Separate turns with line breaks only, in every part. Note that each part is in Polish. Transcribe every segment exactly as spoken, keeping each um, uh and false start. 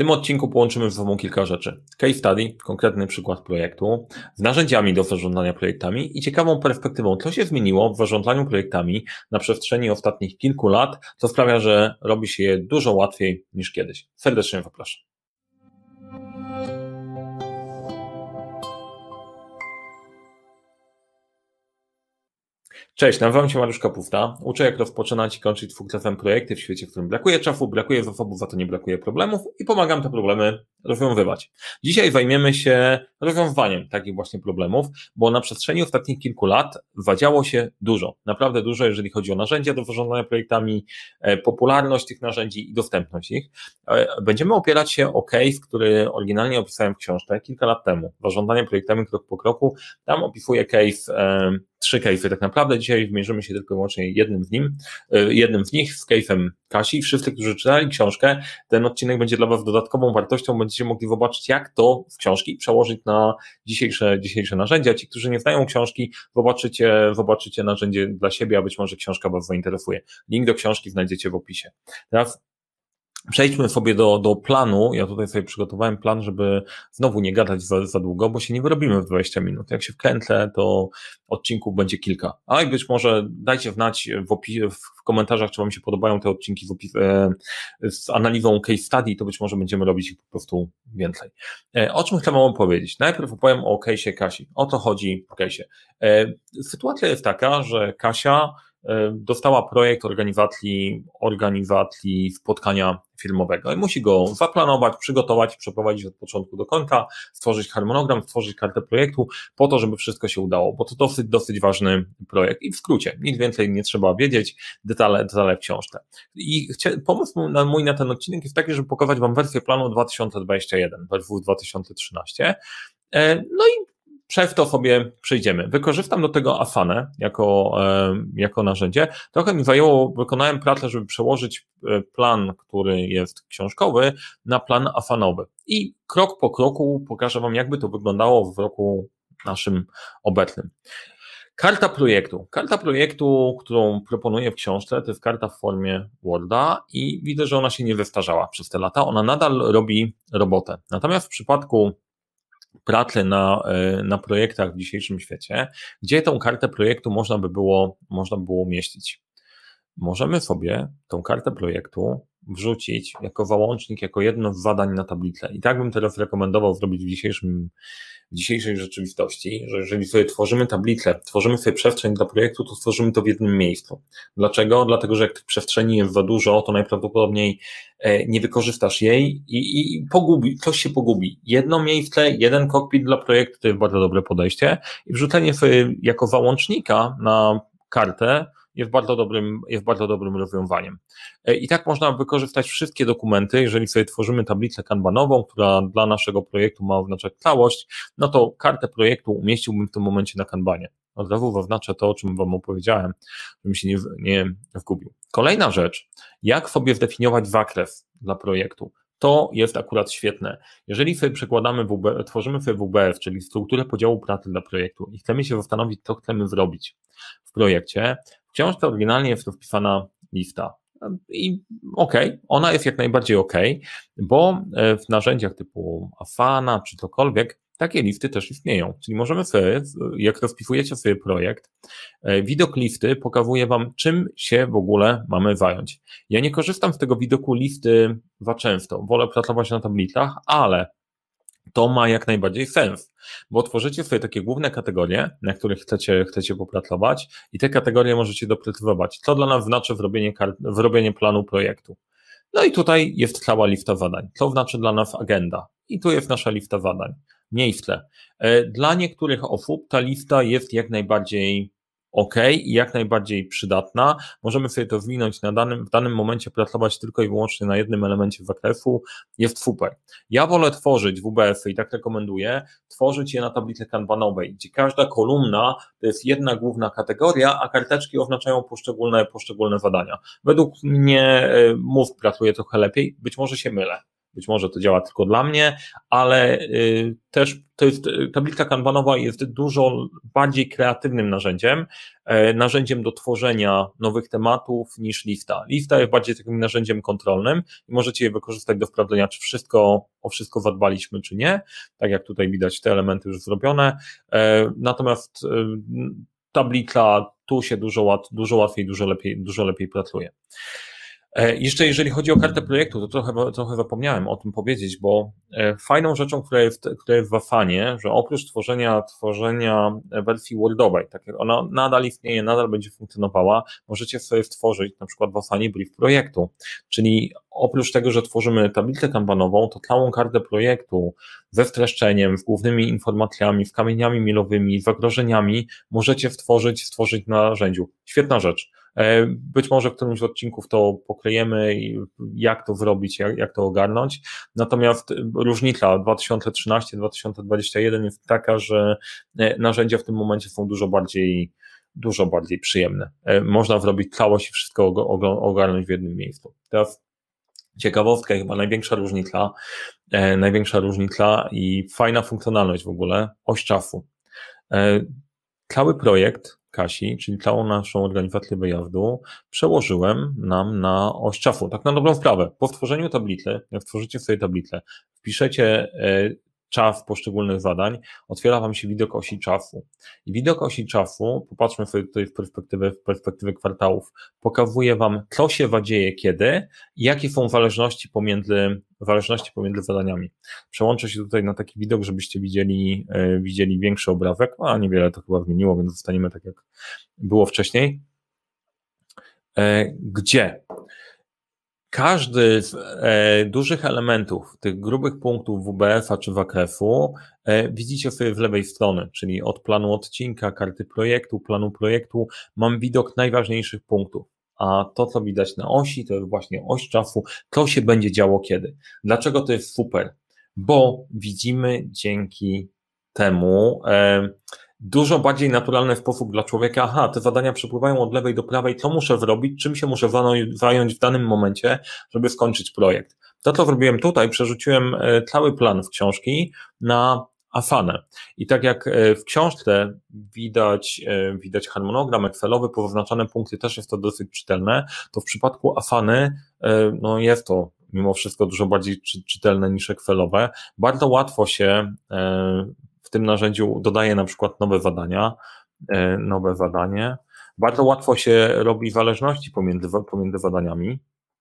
tym odcinku połączymy ze sobą kilka rzeczy. Case study, konkretny przykład projektu, z narzędziami do zarządzania projektami i ciekawą perspektywą, co się zmieniło w zarządzaniu projektami na przestrzeni ostatnich kilku lat, co sprawia, że robi się je dużo łatwiej niż kiedyś. Serdecznie zapraszam. Cześć, nazywam się Mariusz Kapufta. Uczę, jak rozpoczynać i kończyć dwukrotne projekty w świecie, w którym brakuje czasu, brakuje zasobów, za to nie brakuje problemów i pomagam te problemy rozwiązywać. Dzisiaj zajmiemy się rozwiązywaniem takich właśnie problemów, bo na przestrzeni ostatnich kilku lat zadziało się dużo, naprawdę dużo, jeżeli chodzi o narzędzia do zarządzania projektami, popularność tych narzędzi i dostępność ich. Będziemy opierać się o case, który oryginalnie opisałem w książce kilka lat temu. Zarządzanie projektami krok po kroku. Tam opisuję case, trzy case'y tak naprawdę. Dzisiaj zmierzymy się tylko i wyłącznie jednym z nim, jednym z nich, z case'em Kasi. Wszyscy, którzy czytali książkę, ten odcinek będzie dla Was dodatkową wartością, będziecie mogli zobaczyć, jak to z książki przełożyć na dzisiejsze, dzisiejsze narzędzia. Ci, którzy nie znają książki, zobaczycie, zobaczycie narzędzie dla siebie, a być może książka Was zainteresuje. Link do książki znajdziecie w opisie. Teraz przejdźmy sobie do, do planu. Ja tutaj sobie przygotowałem plan, żeby znowu nie gadać za, za długo, bo się nie wyrobimy w dwadzieścia minut. Jak się wkręcę, to odcinków będzie kilka. A i być może dajcie znać w, opisie, w komentarzach, czy Wam się podobają te odcinki z, opis, e, z analizą case study, to być może będziemy robić ich po prostu więcej. E, o czym chcę Wam powiedzieć? Najpierw opowiem o case'ie Kasi. O co chodzi w case'ie? E, sytuacja jest taka, że Kasia dostała projekt organizacji, organizacji spotkania firmowego i musi go zaplanować, przygotować, przeprowadzić od początku do końca, stworzyć harmonogram, stworzyć kartę projektu po to, żeby wszystko się udało, bo to dosyć, dosyć ważny projekt i w skrócie, nic więcej nie trzeba wiedzieć, detale, detale w książce. I chcia, pomysł na, mój na ten odcinek jest taki, żeby pokazać Wam wersję planu dwa tysiące dwudziesty pierwszy versus dwa tysiące trzynasty. No i przez to sobie przejdziemy. Wykorzystam do tego Asanę jako, jako narzędzie. Trochę mi zajęło, wykonałem pracę, żeby przełożyć plan, który jest książkowy, na plan asanowy. I krok po kroku pokażę Wam, jakby to wyglądało w roku naszym obecnym. Karta projektu. Karta projektu, którą proponuję w książce, to jest karta w formie Worda i widzę, że ona się nie zestarzała przez te lata. Ona nadal robi robotę. Natomiast w przypadku pracy na, na projektach w dzisiejszym świecie, gdzie tą kartę projektu można by było, można by było umieścić. Możemy sobie tą kartę projektu wrzucić jako załącznik, jako jedno z zadań na tablicę. I tak bym teraz rekomendował zrobić w dzisiejszym, w dzisiejszej rzeczywistości, że jeżeli sobie tworzymy tablicę, tworzymy sobie przestrzeń dla projektu, to stworzymy to w jednym miejscu. Dlaczego? Dlatego, że jak tych przestrzeni jest za dużo, to najprawdopodobniej nie wykorzystasz jej i, i pogubi, coś się pogubi. Jedno miejsce, jeden kokpit dla projektu to jest bardzo dobre podejście i wrzucenie sobie jako załącznika na kartę jest bardzo dobrym, jest bardzo dobrym rozwiązaniem. I tak można wykorzystać wszystkie dokumenty. Jeżeli sobie tworzymy tablicę kanbanową, która dla naszego projektu ma oznaczać całość, no to kartę projektu umieściłbym w tym momencie na kanbanie. Od razu zaznaczę to, o czym Wam opowiedziałem, żebym się nie, nie zgubił. Kolejna rzecz, jak sobie zdefiniować zakres dla projektu. To jest akurat świetne. Jeżeli sobie przekładamy W B, tworzymy sobie W B F, czyli strukturę podziału pracy dla projektu i chcemy się zastanowić, co chcemy zrobić w projekcie, w książce oryginalnie jest rozpisana lista. I okej, okay, ona jest jak najbardziej okej, okay, bo w narzędziach typu Asana czy cokolwiek takie listy też istnieją. Czyli możemy sobie, jak rozpisujecie sobie projekt, widok listy pokazuje Wam, czym się w ogóle mamy zająć. Ja nie korzystam z tego widoku listy za często, wolę pracować na tablicach, ale to ma jak najbardziej sens, bo tworzycie sobie takie główne kategorie, na których chcecie, chcecie popracować i te kategorie możecie doprecyzować, co dla nas znaczy wyrobienie, wyrobienie planu projektu. No i tutaj jest cała lista zadań, co znaczy dla nas agenda i tu jest nasza lista zadań. Miejsce. Dla niektórych osób ta lista jest jak najbardziej ok i jak najbardziej przydatna. Możemy sobie to zwinąć na danym, w danym momencie pracować tylko i wyłącznie na jednym elemencie zakresu. Jest super. Ja wolę tworzyć W B F-y i tak rekomenduję, tworzyć je na tablicy kanbanowej, gdzie każda kolumna to jest jedna główna kategoria, a karteczki oznaczają poszczególne, poszczególne zadania. Według mnie mózg pracuje trochę lepiej, być może się mylę. być może to działa tylko dla mnie, ale też to jest, tablica kanbanowa jest dużo bardziej kreatywnym narzędziem, narzędziem do tworzenia nowych tematów niż lista. Lista jest bardziej takim narzędziem kontrolnym i możecie je wykorzystać do sprawdzenia, czy wszystko, o wszystko zadbaliśmy, czy nie, tak jak tutaj widać te elementy już zrobione, natomiast tablica tu się dużo, łat, dużo łatwiej, dużo lepiej, dużo lepiej pracuje. Jeszcze jeżeli chodzi o kartę projektu, to trochę, trochę zapomniałem o tym powiedzieć, bo fajną rzeczą, która jest, która jest w Afanie, że oprócz tworzenia, tworzenia wersji Wordowej, tak jak ona nadal istnieje, nadal będzie funkcjonowała, możecie sobie stworzyć na przykład w Afanie brief projektu, czyli oprócz tego, że tworzymy tablicę kanbanową, to całą kartę projektu ze streszczeniem, z głównymi informacjami, z kamieniami milowymi, z zagrożeniami możecie stworzyć, stworzyć na narzędziu. Świetna rzecz. Być może w którymś z odcinków to poklejemy, jak to zrobić, jak, jak to ogarnąć. Natomiast różnica dwa tysiące trzynasty dwa tysiące dwudziesty jeden jest taka, że narzędzia w tym momencie są dużo bardziej, dużo bardziej przyjemne. Można zrobić całość i wszystko ogarnąć w jednym miejscu. Teraz ciekawostka, chyba największa różnica, największa różnica i fajna funkcjonalność w ogóle, oś czasu. Cały projekt Kasi, czyli całą naszą organizację wyjazdu, przełożyłem nam na oś czasu. Tak na dobrą sprawę. Po stworzeniu tablicy, jak stworzycie sobie tablicę, wpiszecie czas poszczególnych zadań, otwiera wam się widok osi czasu. I widok osi czasu, popatrzmy sobie tutaj w perspektywy, w perspektywy kwartałów, pokazuje wam, co się dzieje kiedy i jakie są zależności pomiędzy, zależności pomiędzy zadaniami. Przełączę się tutaj na taki widok, żebyście widzieli, widzieli większy obrazek, a niewiele to chyba zmieniło, więc zostaniemy tak, jak było wcześniej. Gdzie? Każdy z e, dużych elementów, tych grubych punktów W B F-a czy zakresu e, widzicie sobie w lewej strony, czyli od planu odcinka, karty projektu, planu projektu mam widok najważniejszych punktów, a to, co widać na osi, to jest właśnie oś czasu, co się będzie działo kiedy. Dlaczego to jest super? Bo widzimy dzięki temu e, dużo bardziej naturalny sposób dla człowieka, aha, te zadania przepływają od lewej do prawej, co muszę zrobić, czym się muszę zająć w danym momencie, żeby skończyć projekt. To, co zrobiłem tutaj, przerzuciłem cały plan w książki na Afanę. I tak jak w książce widać, widać harmonogram Excelowy, pozaznaczane punkty, też jest to dosyć czytelne, to w przypadku Afany, no jest to mimo wszystko dużo bardziej czytelne niż Excelowe. Bardzo łatwo się w tym narzędziu dodaje na przykład nowe zadania, nowe zadanie. Bardzo łatwo się robi zależności pomiędzy, pomiędzy zadaniami.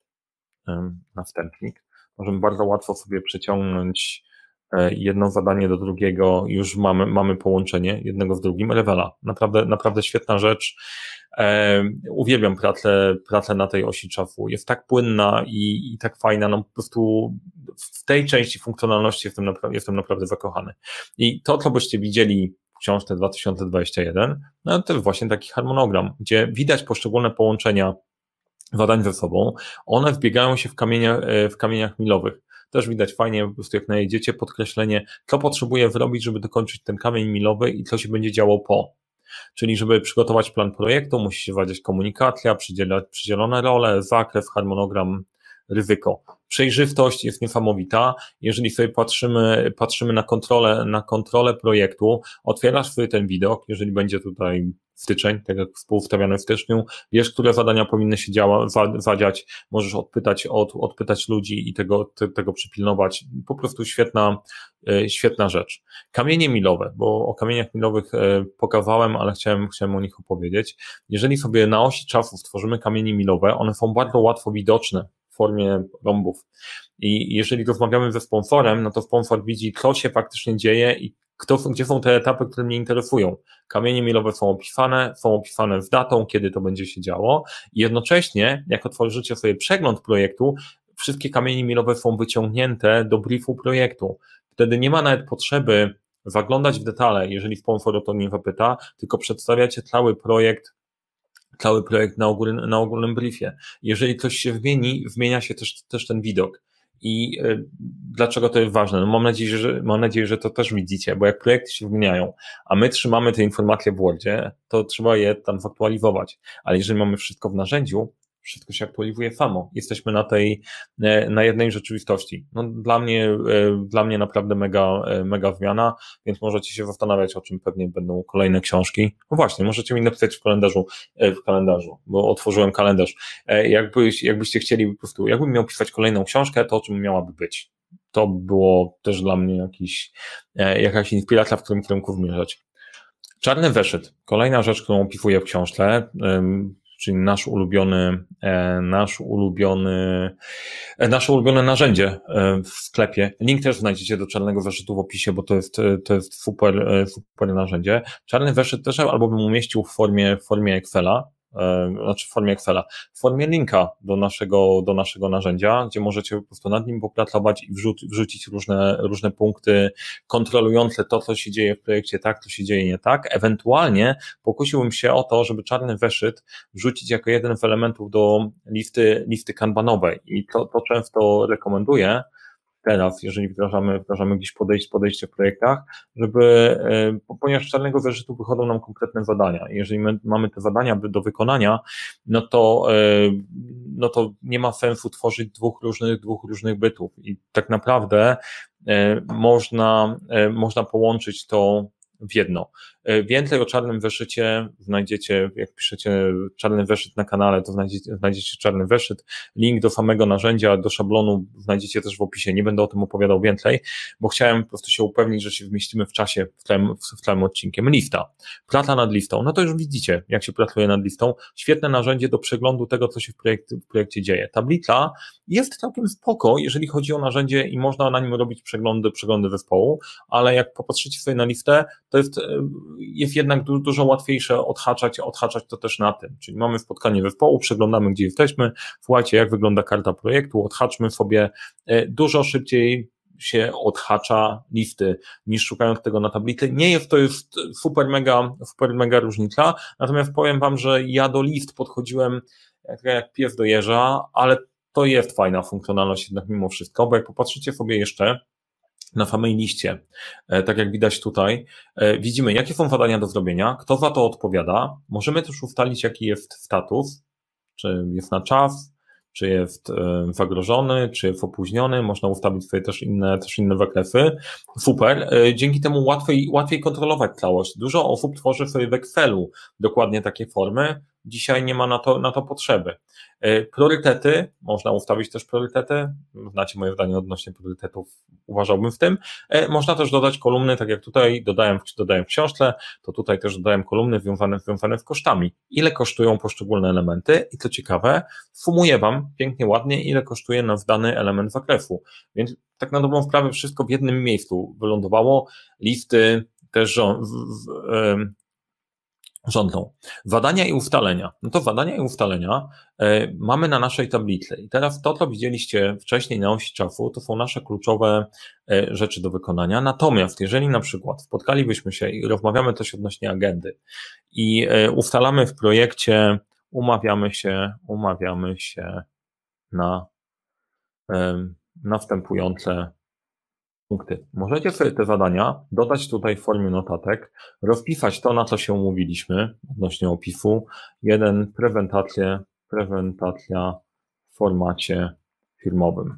Następnik. Możemy bardzo łatwo sobie przeciągnąć jedno zadanie do drugiego, już mamy, mamy połączenie jednego z drugim. Rewela. Naprawdę, naprawdę świetna rzecz. Uwielbiam pracę, pracę na tej osi czasu. Jest tak płynna i, i tak fajna. No po prostu w tej części funkcjonalności jestem naprawdę, jestem naprawdę zakochany. I to, co byście widzieli w książce dwa tysiące dwudziesty jeden, no to jest właśnie taki harmonogram, gdzie widać poszczególne połączenia zadań ze sobą. One wbiegają się w kamieniach, w kamieniach milowych. Też widać fajnie, po prostu jak najedziecie, podkreślenie, co potrzebuję zrobić, żeby dokończyć ten kamień milowy i co się będzie działo po. Czyli żeby przygotować plan projektu, musi się wadzić komunikacja, przydzielać przydzielone role, zakres, harmonogram, ryzyko. Przejrzystość jest niesamowita. Jeżeli sobie patrzymy, patrzymy na kontrolę, na kontrolę projektu, otwierasz sobie ten widok, jeżeli będzie tutaj styczeń, tak jak współstawiane w styczniu, wiesz, które zadania powinny się działa, zadziać, możesz odpytać, od, odpytać ludzi i tego, te, tego przypilnować. Po prostu świetna, świetna rzecz. Kamienie milowe, bo o kamieniach milowych pokazałem, ale chciałem, chciałem o nich opowiedzieć. Jeżeli sobie na osi czasu stworzymy kamienie milowe, one są bardzo łatwo widoczne w formie rąbów. I jeżeli rozmawiamy ze sponsorem, no to sponsor widzi, co się faktycznie dzieje i kto, gdzie są te etapy, które mnie interesują. Kamienie milowe są opisane, są opisane z datą, kiedy to będzie się działo i jednocześnie, jak otworzycie sobie przegląd projektu, wszystkie kamienie milowe są wyciągnięte do briefu projektu. Wtedy nie ma nawet potrzeby zaglądać w detale, jeżeli sponsor o to nie zapyta, tylko przedstawiacie cały projekt, cały projekt na, ogólnym, na ogólnym briefie. Jeżeli coś się zmieni, zmienia się też, też ten widok. I y, dlaczego to jest ważne? No mam nadzieję, że, mam nadzieję, że to też widzicie, bo jak projekty się zmieniają, a my trzymamy te informacje w Wordzie, to trzeba je tam zaktualizować. Ale jeżeli mamy wszystko w narzędziu, wszystko się aktualizuje samo. Jesteśmy na tej, na jednej rzeczywistości. No, dla mnie, dla mnie naprawdę mega, mega zmiana, więc możecie się zastanawiać, o czym pewnie będą kolejne książki. No właśnie, możecie mi napisać w kalendarzu, w kalendarzu, bo otworzyłem kalendarz. Jakbyś, jakbyście chcieli po prostu, jakbym miał pisać kolejną książkę, to o czym miałaby być. To było też dla mnie jakiś, jakaś inspiracja, w którym kierunku zmierzać. Czarny zeszyt. Kolejna rzecz, którą opisuję w książce, czyli nasz ulubiony, nasz ulubiony, nasze ulubione narzędzie w sklepie. Link też znajdziecie do czarnego zeszytu w opisie, bo to jest, to jest super, super narzędzie. Czarny zeszyt też albo bym umieścił w formie, w formie Excela, znaczy w formie Excela, w formie linka do naszego, do naszego narzędzia, gdzie możecie po prostu nad nim popracować i wrzuc, wrzucić różne, różne punkty kontrolujące to, co się dzieje w projekcie, tak, co się dzieje nie tak. Ewentualnie pokusiłbym się o to, żeby czarny zeszyt wrzucić jako jeden z elementów do listy, listy kanbanowej i to, to często rekomenduję teraz, jeżeli wdrażamy, wdrażamy gdzieś podejście, podejście w projektach, żeby, ponieważ z czarnego zeszytu wychodzą nam konkretne zadania. Jeżeli my mamy te zadania do wykonania, no to, no to nie ma sensu tworzyć dwóch różnych, dwóch różnych bytów i tak naprawdę można, można połączyć to w jedno. Więcej o czarnym zeszycie znajdziecie, jak piszecie czarny zeszyt na kanale, to znajdziecie, znajdziecie czarny zeszyt. Link do samego narzędzia, do szablonu znajdziecie też w opisie. Nie będę o tym opowiadał więcej, bo chciałem po prostu się upewnić, że się wmieścimy w czasie w całym, w całym odcinkiem. Lista. Praca nad listą. No to już widzicie, jak się pracuje nad listą. Świetne narzędzie do przeglądu tego, co się w projekcie, w projekcie dzieje. Tablica jest całkiem spoko, jeżeli chodzi o narzędzie i można na nim robić przeglądy, przeglądy zespołu, ale jak popatrzycie sobie na listę, to jest jest jednak du- dużo łatwiejsze odhaczać, odhaczać to też na tym, czyli mamy spotkanie zespołu, przeglądamy, gdzie jesteśmy, słuchajcie, jak wygląda karta projektu, odhaczmy sobie, dużo szybciej się odhacza listy, niż szukając tego na tablicy. Nie jest to jest super mega, super mega różnica, natomiast powiem wam, że ja do list podchodziłem jak, jak pies do jeża, ale to jest fajna funkcjonalność jednak mimo wszystko, bo jak popatrzycie sobie jeszcze na samej liście, tak jak widać tutaj, widzimy, jakie są zadania do zrobienia, kto za to odpowiada. Możemy też ustalić, jaki jest status, czy jest na czas, czy jest zagrożony, czy jest opóźniony. Można ustawić sobie też inne, też inne zakresy. Super. Dzięki temu łatwiej, łatwiej kontrolować całość. Dużo osób tworzy sobie w Excelu dokładnie takie formy. Dzisiaj nie ma na to, na to potrzeby. Priorytety, można ustawić też priorytety, znacie moje zdanie odnośnie priorytetów, uważałbym w tym. Można też dodać kolumny, tak jak tutaj dodałem, dodałem w książce, to tutaj też dodałem kolumny związane, związane z kosztami. Ile kosztują poszczególne elementy i co ciekawe, sumuję wam pięknie, ładnie, ile kosztuje nas dany element zakresu. Więc tak na dobrą sprawę wszystko w jednym miejscu wylądowało, listy też żo- w, w, w, rządzą. Zadania i ustalenia. No to zadania i ustalenia y, mamy na naszej tablicy. I teraz to, co widzieliście wcześniej na osi czasu, to są nasze kluczowe y, rzeczy do wykonania. Natomiast jeżeli na przykład spotkalibyśmy się i rozmawiamy coś odnośnie agendy i y, ustalamy w projekcie, umawiamy się, umawiamy się na y, następujące punkty. Możecie sobie te zadania dodać tutaj w formie notatek, rozpisać to, na co się umówiliśmy odnośnie opisu. Jeden, prezentację, prezentacja w formacie firmowym.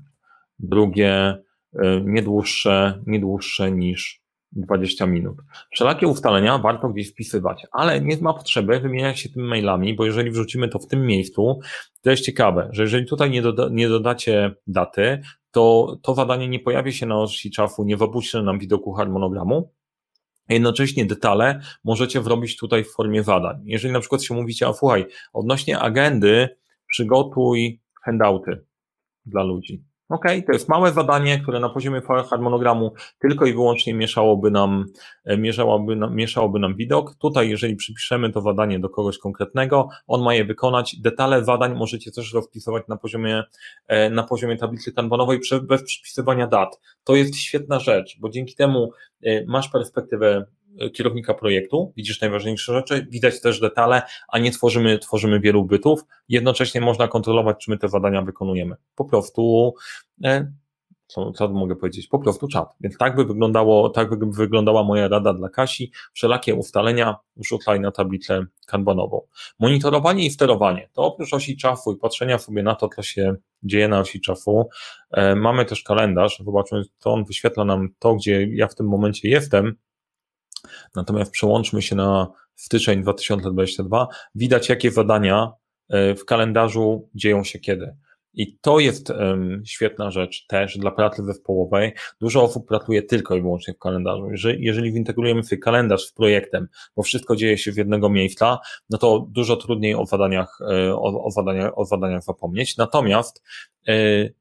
Drugie, nie dłuższe, nie dłuższe niż dwadzieścia minut. Wszelakie ustalenia warto gdzieś wpisywać, ale nie ma potrzeby wymieniać się tym mailami, bo jeżeli wrzucimy to w tym miejscu, to jest ciekawe, że jeżeli tutaj nie, doda, nie dodacie daty, to to zadanie nie pojawi się na osi czasu, nie wypuści nam widoku harmonogramu. Jednocześnie detale możecie zrobić tutaj w formie zadań. Jeżeli na przykład się mówicie, a słuchaj, odnośnie agendy przygotuj handouty dla ludzi. Ok, to jest małe zadanie, które na poziomie harmonogramu tylko i wyłącznie mieszałoby nam, mieszałoby nam, mieszałoby nam widok. Tutaj, jeżeli przypiszemy to zadanie do kogoś konkretnego, on ma je wykonać. Detale zadań możecie też rozpisywać na poziomie, na poziomie tablicy kanbanowej bez przypisywania dat. To jest świetna rzecz, bo dzięki temu masz perspektywę kierownika projektu, widzisz najważniejsze rzeczy, widać też detale, a nie tworzymy, tworzymy wielu bytów. Jednocześnie można kontrolować, czy my te zadania wykonujemy. Po prostu e, co, co mogę powiedzieć? Po prostu czat. Więc tak by wyglądało, tak by wyglądała moja rada dla Kasi. Wszelakie ustalenia wrzucaj na tablicę kanbanową. Monitorowanie i sterowanie. To oprócz osi czasu i patrzenia sobie na to, co się dzieje na osi czasu, e, mamy też kalendarz. Zobaczmy, to on wyświetla nam to, gdzie ja w tym momencie jestem. Natomiast przełączmy się na styczeń dwa tysiące dwudziesty drugi. Widać, jakie zadania w kalendarzu dzieją się kiedy. I to jest um, świetna rzecz też dla pracy zespołowej. Dużo osób pracuje tylko i wyłącznie w kalendarzu. Jeżeli, jeżeli zintegrujemy sobie kalendarz z projektem, bo wszystko dzieje się w jednego miejsca, no to dużo trudniej o zadaniach, o, o zadaniach, o zadaniach zapomnieć. Natomiast yy,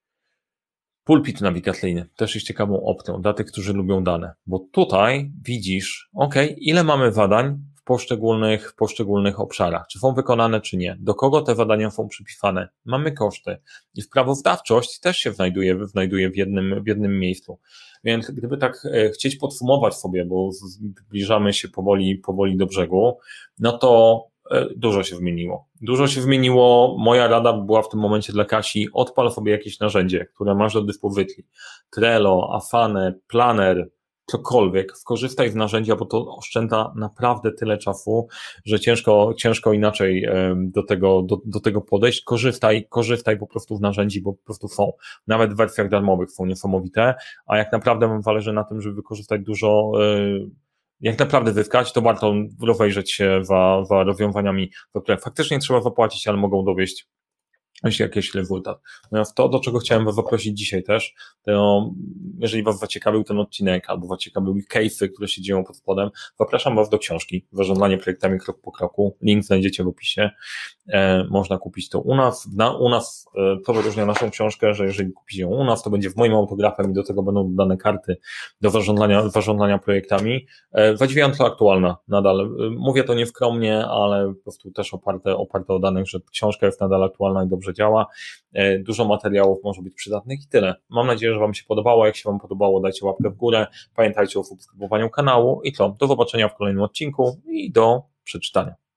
pulpit nawigacyjny też jest ciekawą opcją dla tych, którzy lubią dane, bo tutaj widzisz, ok, ile mamy zadań w poszczególnych, w poszczególnych obszarach, czy są wykonane, czy nie, do kogo te zadania są przypisane, mamy koszty i sprawozdawczość też się znajduje, znajduje w jednym, w jednym miejscu. Więc gdyby tak chcieć podsumować sobie, bo zbliżamy się powoli, powoli do brzegu, no to dużo się zmieniło. Dużo się zmieniło. Moja rada była w tym momencie dla Kasi: odpal sobie jakieś narzędzie, które masz do dyspozycji. Trello, Asana, Planner, cokolwiek. Skorzystaj z narzędzia, bo to oszczędza naprawdę tyle czasu, że ciężko, ciężko inaczej do tego, do, do tego podejść. Korzystaj, korzystaj po prostu z narzędzi, bo po prostu są. Nawet w wersjach darmowych są niesamowite, a jak naprawdę wam zależy na tym, żeby wykorzystać dużo, jak naprawdę zyskać, to warto rozejrzeć się za, za rozwiązaniami, które faktycznie trzeba zapłacić, ale mogą dowieść jakiś rezultat. Natomiast to, do czego chciałem was zaprosić dzisiaj też, to jeżeli was zaciekawił ten odcinek, albo was ciekawiły case'y, które się dzieją pod spodem, zapraszam was do książki Zarządzanie projektami krok po kroku. Link znajdziecie w opisie. E, można kupić to u nas. Na, u nas e, to wyróżnia naszą książkę, że jeżeli kupicie ją u nas, to będzie w moim autografem i do tego będą dodane karty do zarządzania, zarządzania projektami. E, zadziwiająco to aktualna nadal. E, mówię to nieskromnie, ale po prostu też oparte, oparte o danych, że książka jest nadal aktualna i dobrze działa. Dużo materiałów może być przydatnych i tyle. Mam nadzieję, że wam się podobało. Jak się wam podobało, dajcie łapkę w górę. Pamiętajcie o subskrybowaniu kanału i co? Do zobaczenia w kolejnym odcinku i do przeczytania.